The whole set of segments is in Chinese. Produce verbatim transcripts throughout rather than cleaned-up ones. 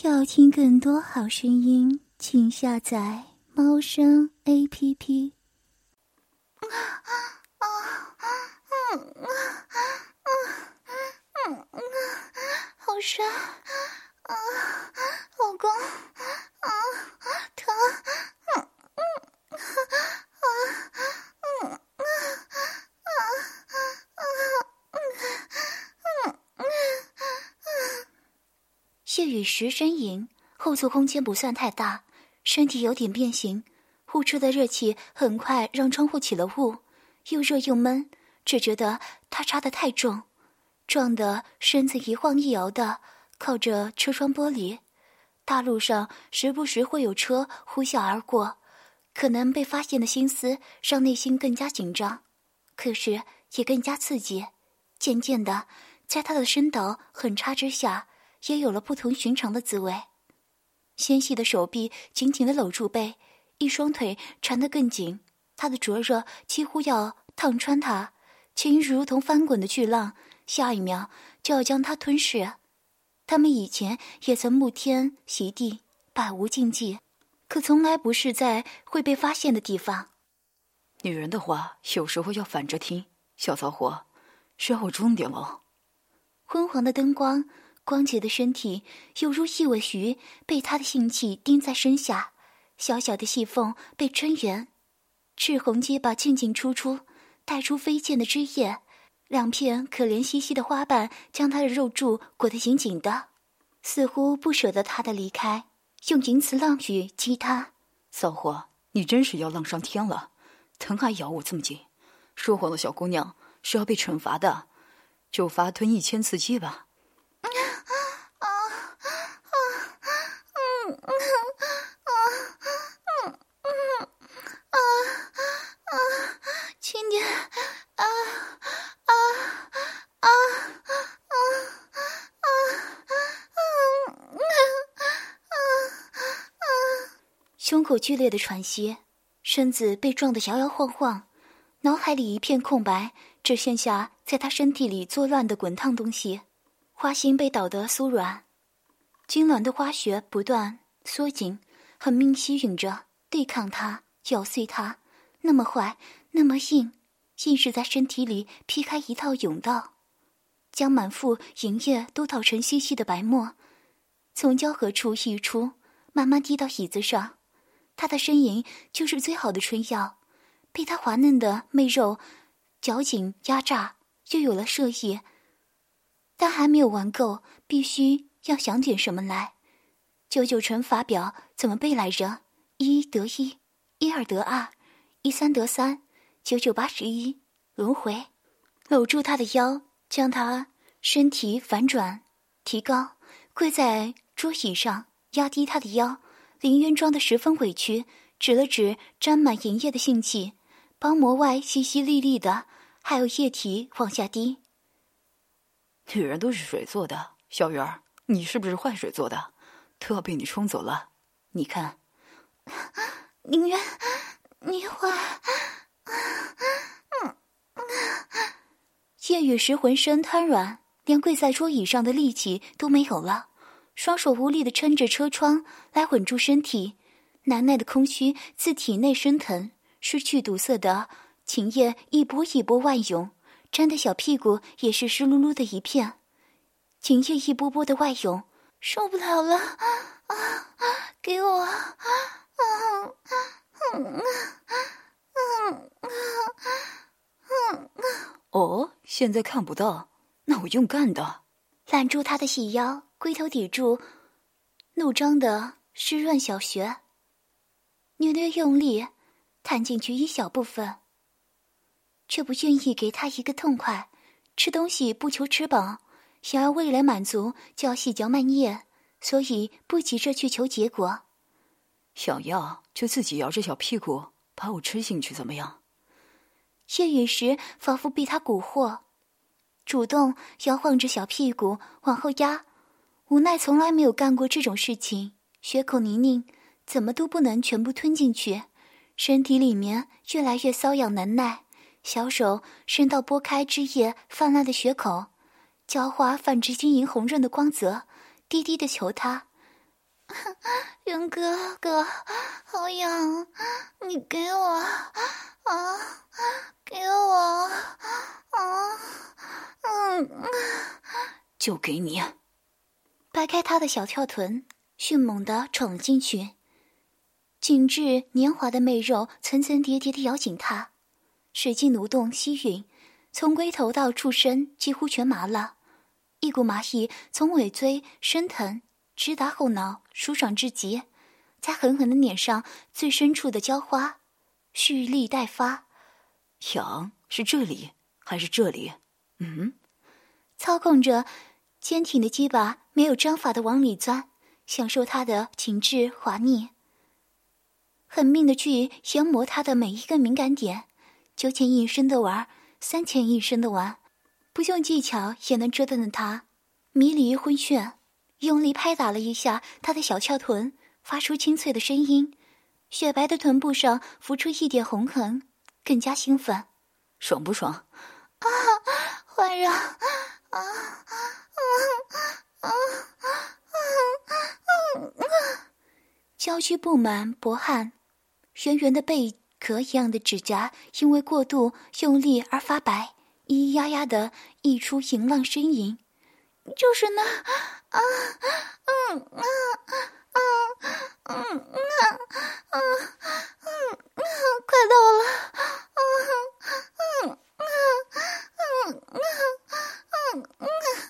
要听更多好声音，请下载猫声 A P P。 好帅啊，老公啊，疼啊啊啊谢雨石呻吟，后座空间不算太大，身体有点变形，呼出的热气很快让窗户起了雾，又热又闷，只觉得他插得太重，撞得身子一晃一摇的靠着车窗玻璃。大路上时不时会有车呼啸而过，可能被发现的心思让内心更加紧张，可是也更加刺激。渐渐的，在他的身倒狠插之下，也有了不同寻常的滋味。纤细的手臂紧紧地搂住背，一双腿缠得更紧，他的灼热几乎要烫穿他，情欲如同翻滚的巨浪，下一秒就要将他吞噬。他们以前也曾沐天席地，百无禁忌，可从来不是在会被发现的地方。 女人的话有时候要反着听，小骚货，是要我重点喽。 昏黄的灯光，光洁的身体犹如一尾鱼被他的性器钉在身下，小小的细缝被撑圆，赤红结巴进进出出，带出飞溅的汁液，两片可怜兮兮的花瓣将他的肉柱裹得紧紧的，似乎不舍得他的离开，用淫词浪语激他。 骚货，你真是要浪上天了，疼还咬我这么紧，说谎的小姑娘是要被惩罚的，就罚吞一千次鸡吧。 轻点啊啊啊啊啊啊！胸口剧烈的喘息，身子被撞得摇摇晃晃，脑海里一片空白，只剩下在他身体里作乱的滚烫东西。花心被捣得酥软，痉挛的花穴不断缩紧，狠命吸吮着，对抗它，咬碎它，那么坏，那么硬，硬是在身体里劈开一道甬道，将满腹淫液都捣成细细的白沫，从交合处溢出，慢慢滴到椅子上。他的呻吟就是最好的春药，被他滑嫩的媚肉绞紧压榨，又有了射意。但还没有玩够，必须要想点什么来。九九乘法表怎么背来着？一得一，一二得二，一三得三，九九八十一，轮回。搂住他的腰，将他身体反转提高，跪在桌椅上，压低他的腰。林渊装得十分委屈，指了指沾满银液的性器，包膜外淅淅沥沥的，还有液体往下滴。 女人都是水做的，小圆儿，你是不是坏水做的？都要被你冲走了。你看， 林渊，你坏。叶雨石浑身瘫软，连跪在桌椅上的力气都没有了，双手无力地撑着车窗来稳住身体，难耐的空虚自体内升腾，失去堵塞的情液一波一波外涌，沾得小屁股也是湿漉漉的一片，情液一波波的外涌，受不了了啊！给我啊！ 哦，现在看不到，那我用干的。 揽住他的细腰，龟头抵住怒张的湿润小穴，略略用力探进去一小部分，却不愿意给他一个痛快。吃东西不求吃饱，想要味蕾满足就要细嚼慢咽，所以不急着去求结果。 想要就自己摇着小屁股把我吃进去怎么样？ 叶雨石仿佛被他蛊惑，主动摇晃着小屁股往后压，无奈从来没有干过这种事情，血口泥泞，怎么都不能全部吞进去，身体里面越来越瘙痒难耐，小手伸到拨开汁液泛滥的血口，娇花泛着晶莹红润的光泽，低低地求他， 元哥哥，好痒，你给我啊，给我啊，嗯， 就给你。 掰开他的小翘臀，迅猛地闯了进去，紧致黏滑的媚肉层层叠叠地咬紧他，使劲蠕动吸吮，从龟头到触身几乎全麻了，一股麻意从尾椎升腾，直达后脑，舒爽至极，再狠狠地碾上最深处的娇花，蓄力待发。 痒是这里还是这里？嗯， 操控着坚挺的鸡巴没有章法地往里钻，享受它的紧致滑腻，狠命地去研磨它的每一个敏感点，九浅一深的玩，三浅一深的玩，不用技巧也能折腾的他迷离昏眩，用力拍打了一下他的小翘臀，发出清脆的声音，雪白的臀部上浮出一点红痕，更加兴奋。 爽不爽？ 啊，坏人啊啊啊啊啊！娇躯布满薄汗，圆圆的贝壳一样的指甲因为过度用力而发白，咿咿呀呀的溢出淫浪呻吟。就是那啊嗯啊啊嗯啊啊嗯啊，快到了啊嗯啊嗯啊嗯啊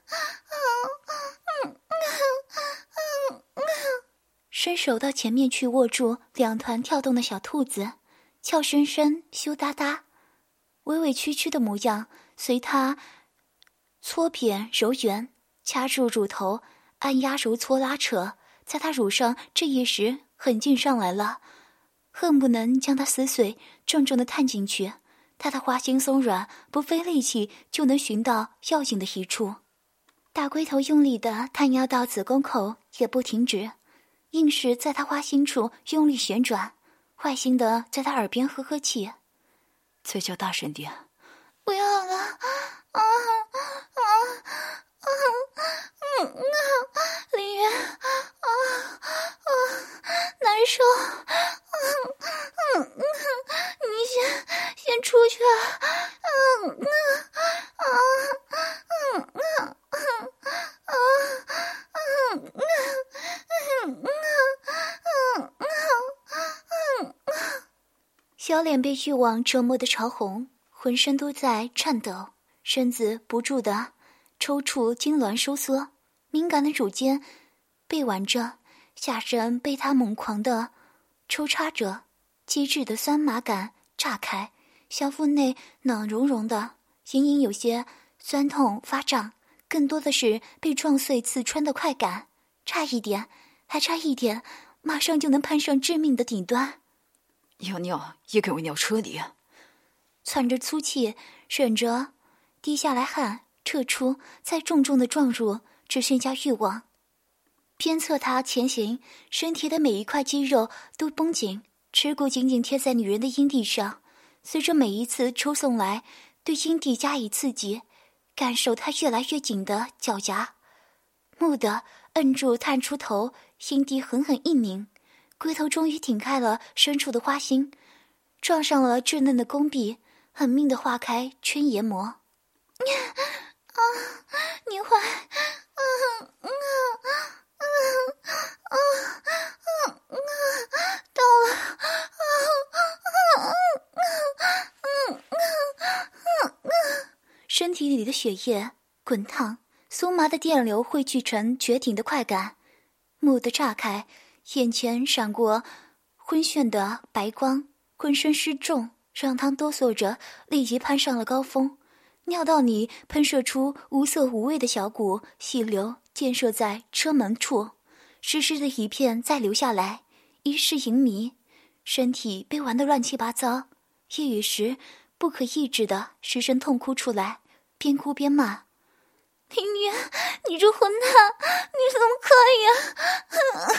嗯啊嗯，伸手到前面去握住两团跳动的小兔子，俏生生羞答答，委委屈屈的模样随他搓扁揉圆，掐住乳头，按压揉搓拉扯，在他乳上这一时狠劲上来了，恨不能将他撕碎，重重地探进去。他的花心松软，不费力气就能寻到要紧的一处。大龟头用力地探压到子宫口也不停止，硬是在他花心处用力旋转，坏心地在他耳边呵呵气。 再叫大声点。 不要了啊啊啊啊嗯啊林渊啊啊难受嗯嗯嗯你先先出去啊嗯嗯啊嗯嗯嗯啊嗯嗯嗯嗯嗯嗯小脸被欲望折磨得潮红，浑身都在颤抖，身子不住地抽搐痉挛收缩，敏感的乳尖被挽着，下身被他猛狂地抽插着，机智的酸麻感炸开，小腹内暖融融的，隐隐有些酸痛发胀，更多的是被撞碎刺穿的快感，差一点，还差一点，马上就能攀上致命的顶端。 要尿也给我尿车里。 喘着粗气，忍着滴下来汗，撤出，再重重的撞入，只剩下欲望。鞭策他前行，身体的每一块肌肉都绷紧，耻骨紧紧贴在女人的阴蒂上，随着每一次抽送来，对阴蒂加以刺激，感受她越来越紧的脚夹。蓦地摁住探出头，阴蒂狠狠一拧，龟头终于挺开了深处的花心，撞上了稚嫩的宫壁，狠命地化开圈研磨。啊，你坏！啊啊啊啊啊啊！到了！啊啊啊啊啊啊！身体里的血液滚烫，酥麻的电流汇聚成绝顶的快感，蓦地炸开，眼前闪过昏眩的白光，浑身失重，让他哆嗦着立即攀上了高峰。尿道里喷射出无色无味的小股细流，溅射在车门处，湿湿的一片再流下来，一世淫迷，身体被玩得乱七八糟，夜雨时不可抑制的失声痛哭出来，边哭边骂：林渊，你这混蛋，你怎么可以啊！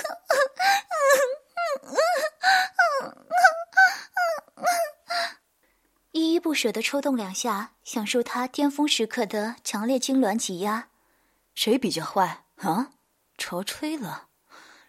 依依不舍地抽动两下，享受他巅峰时刻的强烈痉挛挤压。 谁比较坏啊？潮吹了，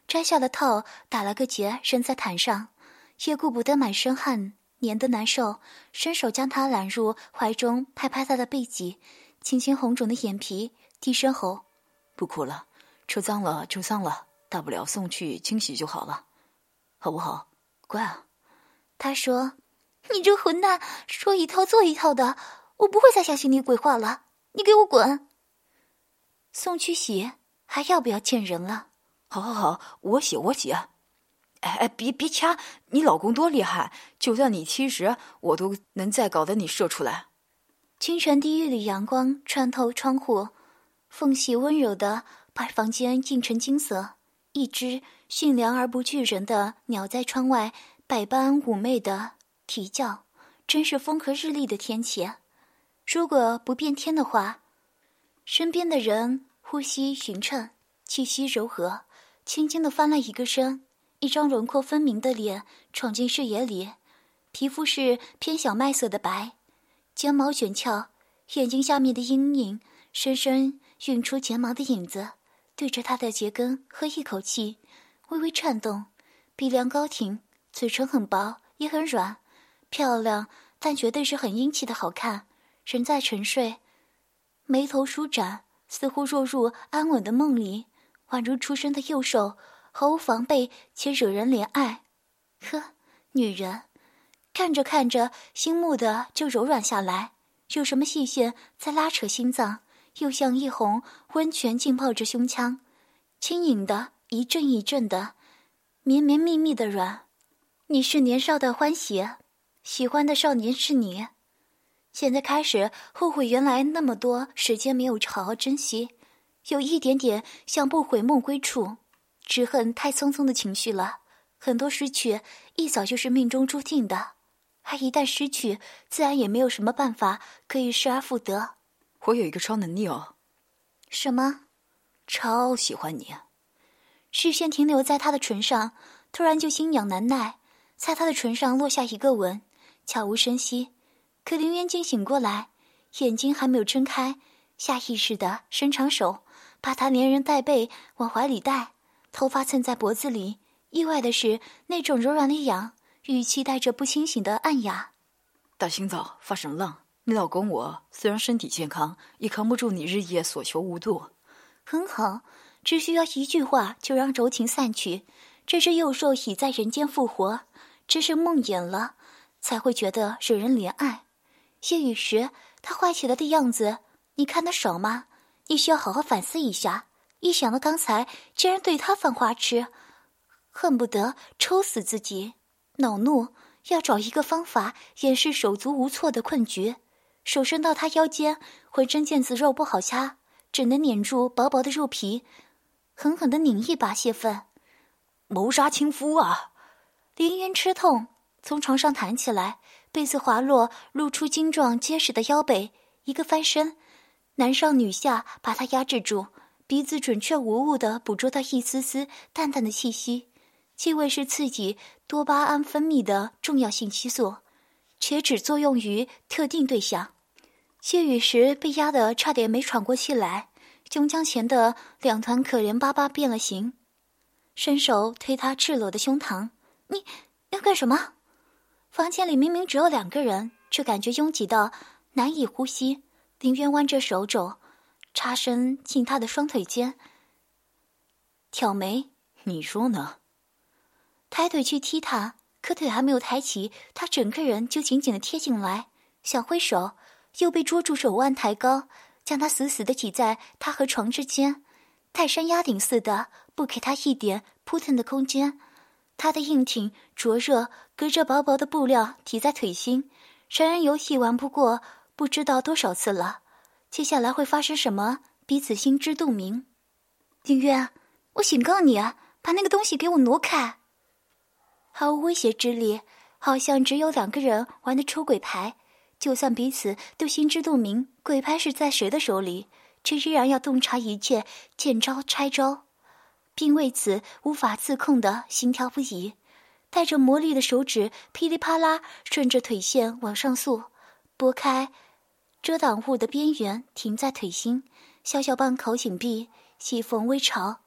摘下了套，打了个结，扔在毯上，也顾不得满身汗黏得难受，伸手将他揽入怀中，拍拍他的背脊，轻轻红肿的眼皮，低声吼：“ 不哭了，车脏了就脏了，大不了送去清洗就好了，好不好？乖啊。” 他说：“你这混蛋，说一套做一套的，我不会再相信你鬼话了，你给我滚！”送去洗，还要不要见人了？ 好好好，我洗我洗。哎哎，别别掐！你老公多厉害，就算你七十，我都能再搞得你射出来。 清晨第一缕阳光穿透窗户，缝隙温柔地把房间映成金色。一只驯良而不惧人的鸟在窗外百般妩媚地啼叫，真是风和日丽的天气。如果不变天的话，身边的人呼吸匀称，气息柔和，轻轻地翻了一个身，一张轮廓分明的脸闯进视野里，皮肤是偏小麦色的白，睫毛卷翘，眼睛下面的阴影深深晕出睫毛的影子，对着他的睫根喝一口气，微微颤动，鼻梁高挺，嘴唇很薄也很软，漂亮但绝对是很英气的好看，人在沉睡，眉头舒展，似乎落入安稳的梦里，宛如出生的幼兽，毫无防备且惹人怜爱。呵，女人看着看着心木的就柔软下来，有什么细线在拉扯心脏，又像一泓温泉浸泡着胸腔，轻盈的一阵一阵的，绵绵密密的软。你是年少的欢喜，喜欢的少年是你，现在开始后悔原来那么多时间没有好好珍惜，有一点点像不悔梦归处，只恨太匆匆的情绪了，很多失去一早就是命中注定的，而一旦失去，自然也没有什么办法可以失而复得。 我有一个超能力哦。 什么？ 超喜欢你。 视线停留在他的唇上，突然就心痒难耐，在他的唇上落下一个吻，悄无声息。可林渊惊醒过来，眼睛还没有睁开，下意识地伸长手，把他连人带背往怀里带，头发蹭在脖子里。意外的是，那种柔软的痒，语气带着不清醒的暗哑。 大清早发什么浪？你老公我虽然身体健康，也扛不住你日夜所求无度。 很好，只需要一句话就让柔情散去。这只幼兽已在人间复活，只是梦魇了，才会觉得惹人怜爱。夜雨时他坏起来的样子，你看得少吗？你需要好好反思一下。一想到刚才竟然对他犯花痴，恨不得抽死自己，恼怒，要找一个方法掩饰手足无措的困局。手伸到他腰间，浑身腱子肉不好掐，只能捻住薄薄的肉皮，狠狠地拧一把泄愤。 谋杀亲夫啊！ 林渊吃痛，从床上弹起来，被子滑落，露出精壮结实的腰背，一个翻身，男上女下把他压制住，鼻子准确无误地捕捉到一丝丝淡淡的气息，气味是刺激多巴胺分泌的重要信息素，且只作用于特定对象。谢雨时被压得差点没喘过气来，胸腔前的两团可怜巴巴变了形，伸手推他赤裸的胸膛。你要干什么？房间里明明只有两个人，却感觉拥挤到难以呼吸。林渊弯着手肘，插身进他的双腿间，挑眉。 你说呢？ 抬腿去踢他，可腿还没有抬起，他整个人就紧紧地贴进来，想挥手，又被捉住手腕抬高，将他死死地挤在他和床之间，泰山压顶似的，不给他一点扑腾的空间。他的硬挺灼热，隔着薄薄的布料抵在腿心。成人游戏玩不过不知道多少次了，接下来会发生什么，彼此心知肚明。林渊，我警告你啊，把那个东西给我挪开。毫无威胁之力，好像只有两个人玩的出轨牌，就算彼此都心知肚明鬼牌是在谁的手里，却依然要洞察一切，见招拆招，并为此无法自控的心跳不已。带着魔力的手指噼里啪啦顺着腿线往上溯，拨开遮挡物的边缘，停在腿心，小小半口紧闭，细缝微潮，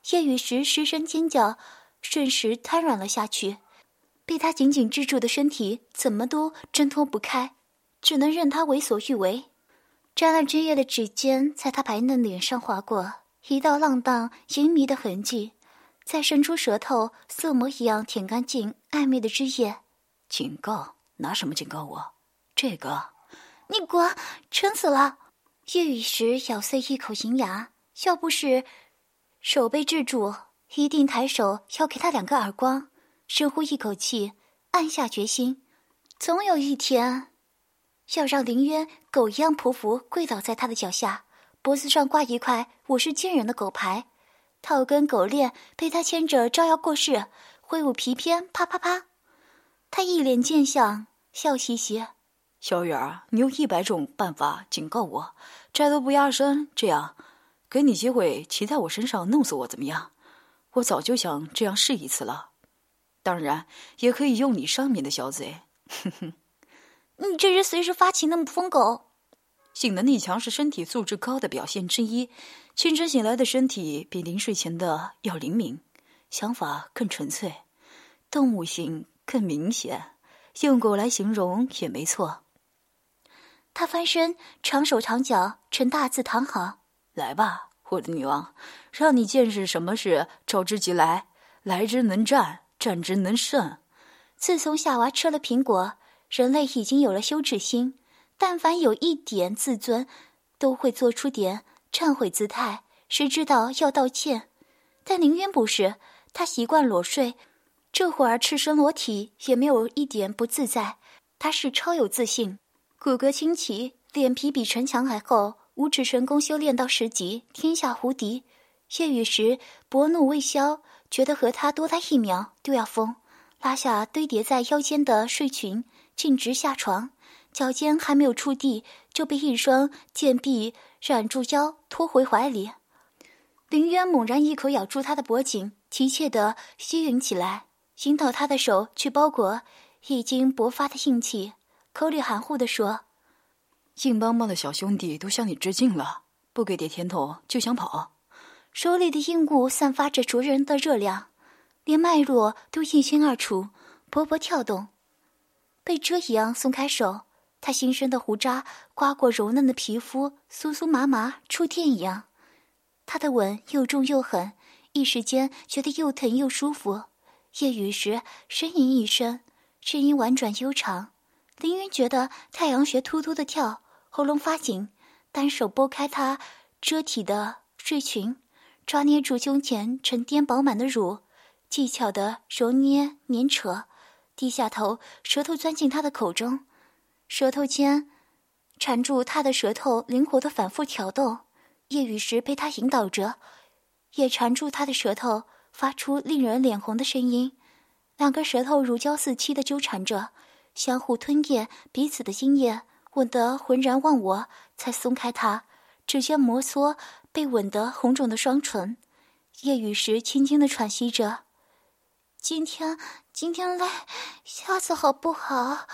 叶雨时失声尖叫，瞬时瘫软了下去。被他紧紧支住的身体怎么都挣脱不开，只能任他为所欲为。沾了汁液的指尖在他白嫩脸上划过，一道浪荡淫迷的痕迹，再伸出舌头色魔一样舔干净暧昧的汁液。 警告？拿什么警告我？这个…… 你滚！撑死了！叶雨时咬碎一口银牙，要不是手被制住，一定抬手要给他两个耳光。深呼一口气，暗下决心，总有一天要让林渊狗一样匍匐跪倒在他的脚下，脖子上挂一块我是贱人的狗牌，套根狗链被他牵着招摇过市，挥舞皮鞭，啪啪啪。他一脸贱相，笑嘻嘻。 小雨儿，你有一百种办法警告我，这都不压身，这样给你机会骑在我身上弄死我怎么样？我早就想这样试一次了。当然也可以用你上面的小嘴。哼哼， 你这人随时发情的疯狗。 性能力强是身体素质高的表现之一，清晨醒来的身体比临睡前的要灵敏，想法更纯粹，动物性更明显，用狗来形容也没错。 他翻身，长手长脚，呈大字躺好。 来吧，我的女王，让你见识什么是召之即来，来之能战，战之能胜。 自从夏娃吃了苹果，人类已经有了羞耻心，但凡有一点自尊，都会做出点忏悔姿态，谁知道要道歉。但林渊不是，他习惯裸睡，这会儿赤身裸体也没有一点不自在，他是超有自信，骨骼清奇，脸皮比城墙还厚，五指神功修炼到十级，天下无敌。夜雨时薄怒未消，觉得和他多待一秒都要疯，拉下堆叠在腰间的睡裙，径直下床，脚尖还没有触地，就被一双剑臂揽住腰，拖回怀里。林渊猛然一口咬住他的脖颈，急切地吸吮起来，引导他的手去包裹已经勃发的硬气，口里含糊地说： 硬邦邦的小兄弟都向你致敬了，不给点甜头就想跑。 手里的硬物散发着灼人的热量，连脉络都一清二楚，勃勃跳动。被蛰一样松开手，他新生的胡渣刮过柔嫩的皮肤，酥酥麻麻，触电一样。他的吻又重又狠，一时间觉得又疼又舒服。夜雨时呻吟一声，声音婉转悠长。林云觉得太阳穴突突的跳，喉咙发紧，单手拨开他遮体的睡裙，抓捏住胸前沉甸饱满的乳，技巧的揉捏捻扯，低下头，舌头钻进他的口中，舌头尖缠住他的舌头，灵活的反复挑逗。夜雨时被他引导着，也缠住他的舌头，发出令人脸红的声音。两个舌头如胶似漆的纠缠着，相互吞咽彼此的精液，吻得浑然忘我，才松开他，指尖摩挲被吻得红肿的双唇。夜雨时轻轻地喘息着，今天今天累，下次好不好？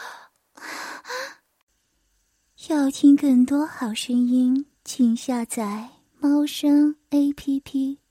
要听更多好声音，请下载猫声 A P P。